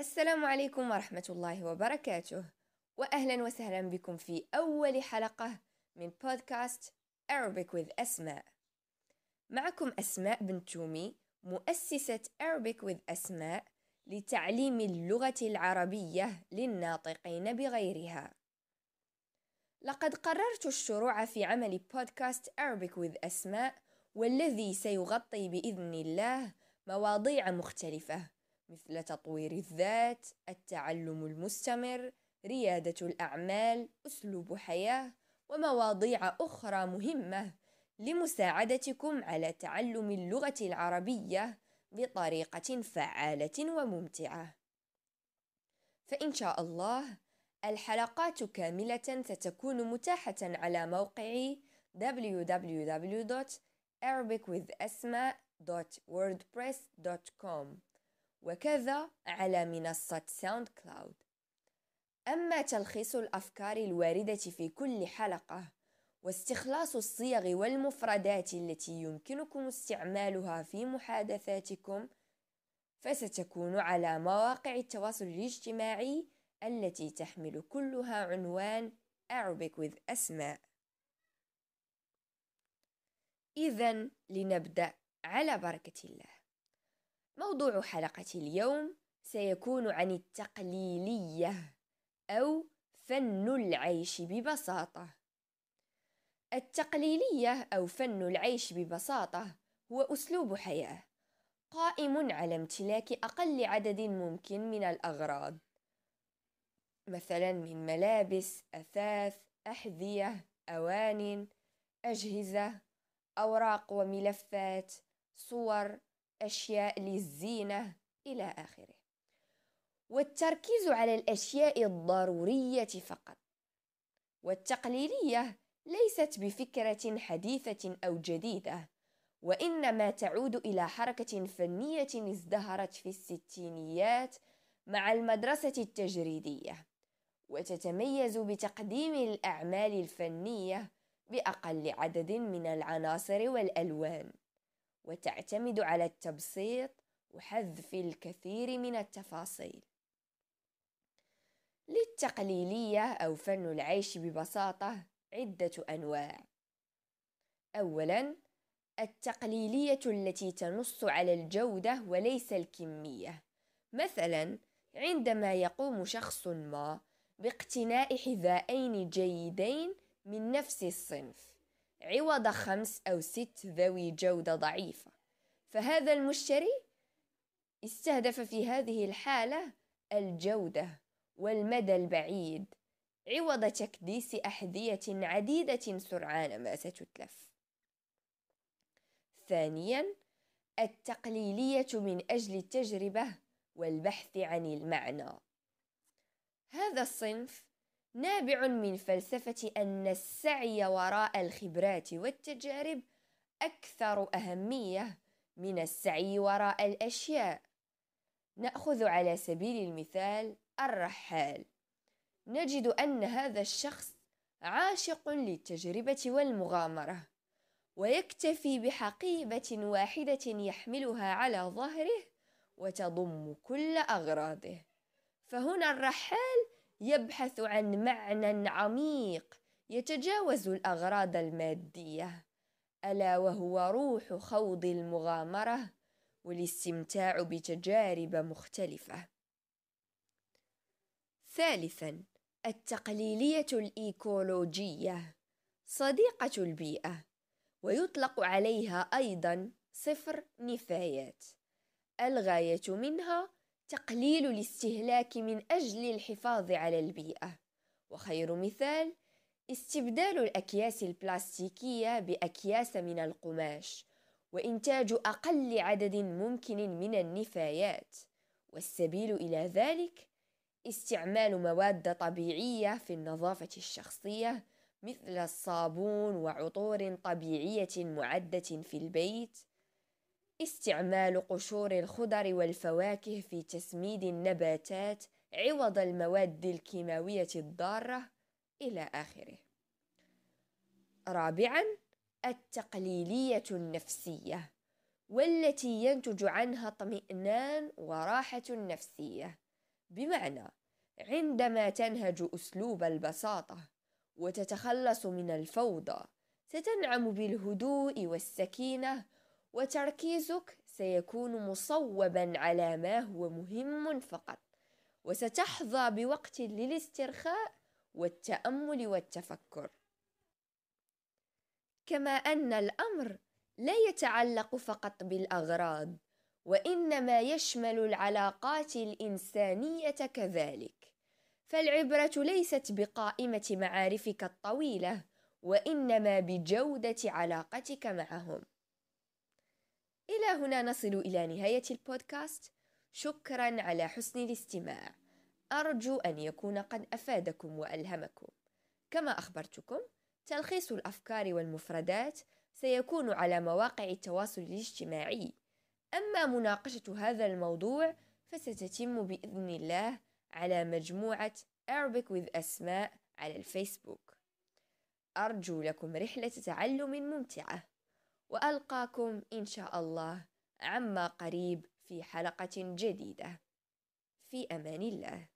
السلام عليكم ورحمة الله وبركاته، وأهلا وسهلا بكم في أول حلقة من بودكاست Arabic with أسماء. معكم أسماء بنت تومي، مؤسسة Arabic with أسماء لتعليم اللغة العربية للناطقين بغيرها. لقد قررت الشروع في عمل بودكاست Arabic with أسماء، والذي سيغطي بإذن الله مواضيع مختلفة مثل تطوير الذات، التعلم المستمر، ريادة الأعمال، أسلوب حياة، ومواضيع أخرى مهمة لمساعدتكم على تعلم اللغة العربية بطريقة فعالة وممتعة. فإن شاء الله الحلقات كاملة ستكون متاحة على موقعي www.arabicwithasma.wordpress.com، وكذا على منصة ساوند كلاود. أما تلخيص الأفكار الواردة في كل حلقة واستخلاص الصيغ والمفردات التي يمكنكم استعمالها في محادثاتكم فستكون على مواقع التواصل الاجتماعي التي تحمل كلها عنوان Arabic with أسماء. إذن لنبدأ على بركة الله. موضوع حلقة اليوم سيكون عن التقليلية أو فن العيش ببساطة. التقليلية أو فن العيش ببساطة هو أسلوب حياة قائم على امتلاك أقل عدد ممكن من الأغراض، مثلا من ملابس، أثاث، أحذية، أوانٍ، أجهزة، أوراق وملفات، صور، أشياء للزينة إلى آخره، والتركيز على الأشياء الضرورية فقط. والتقليلية ليست بفكرة حديثة أو جديدة، وإنما تعود إلى حركة فنية ازدهرت في الستينيات مع المدرسة التجريدية، وتتميز بتقديم الأعمال الفنية بأقل عدد من العناصر والألوان، وتعتمد على التبسيط وحذف الكثير من التفاصيل. للتقليلية أو فن العيش ببساطة عدة أنواع. أولاً، التقليلية التي تنص على الجودة وليس الكمية، مثلاً عندما يقوم شخص ما باقتناء حذائين جيدين من نفس الصنف عوض 5 أو 6 ذوي جودة ضعيفة، فهذا المشتري استهدف في هذه الحالة الجودة والمدى البعيد عوض تكديس أحذية عديدة سرعان ما ستتلف. ثانياً، التقليلية من أجل التجربة والبحث عن المعنى. هذا الصنف نابع من فلسفة أن السعي وراء الخبرات والتجارب أكثر أهمية من السعي وراء الأشياء. نأخذ على سبيل المثال الرحال، نجد أن هذا الشخص عاشق للتجربة والمغامرة، ويكتفي بحقيبة واحدة يحملها على ظهره وتضم كل أغراضه. فهنا الرحال يبحث عن معنى عميق يتجاوز الأغراض المادية، ألا وهو روح خوض المغامرة والاستمتاع بتجارب مختلفة. ثالثاً، التقليلية الإيكولوجية صديقة البيئة، ويطلق عليها أيضاً صفر نفايات. الغاية منها تقليل الاستهلاك من أجل الحفاظ على البيئة، وخير مثال استبدال الأكياس البلاستيكية بأكياس من القماش، وإنتاج أقل عدد ممكن من النفايات. والسبيل إلى ذلك استعمال مواد طبيعية في النظافة الشخصية مثل الصابون وعطور طبيعية معدة في البيت، استعمال قشور الخضر والفواكه في تسميد النباتات عوض المواد الكيماوية الضارة إلى آخره. رابعاً، التقليلية النفسية، والتي ينتج عنها اطمئنان وراحة نفسية، بمعنى عندما تنهج أسلوب البساطة وتتخلص من الفوضى ستنعم بالهدوء والسكينة، وتركيزك سيكون مصوبا على ما هو مهم فقط، وستحظى بوقت للاسترخاء والتأمل والتفكر. كما أن الأمر لا يتعلق فقط بالأغراض، وإنما يشمل العلاقات الإنسانية كذلك، فالعبرة ليست بقائمة معارفك الطويلة، وإنما بجودة علاقتك معهم. إلى هنا نصل إلى نهاية البودكاست. شكرا على حسن الاستماع، أرجو أن يكون قد أفادكم وألهمكم. كما أخبرتكم، تلخيص الأفكار والمفردات سيكون على مواقع التواصل الاجتماعي، أما مناقشة هذا الموضوع فستتم بإذن الله على مجموعة Arabic with أسماء على الفيسبوك. أرجو لكم رحلة تعلم ممتعة، وألقاكم إن شاء الله عما قريب في حلقة جديدة. في أمان الله.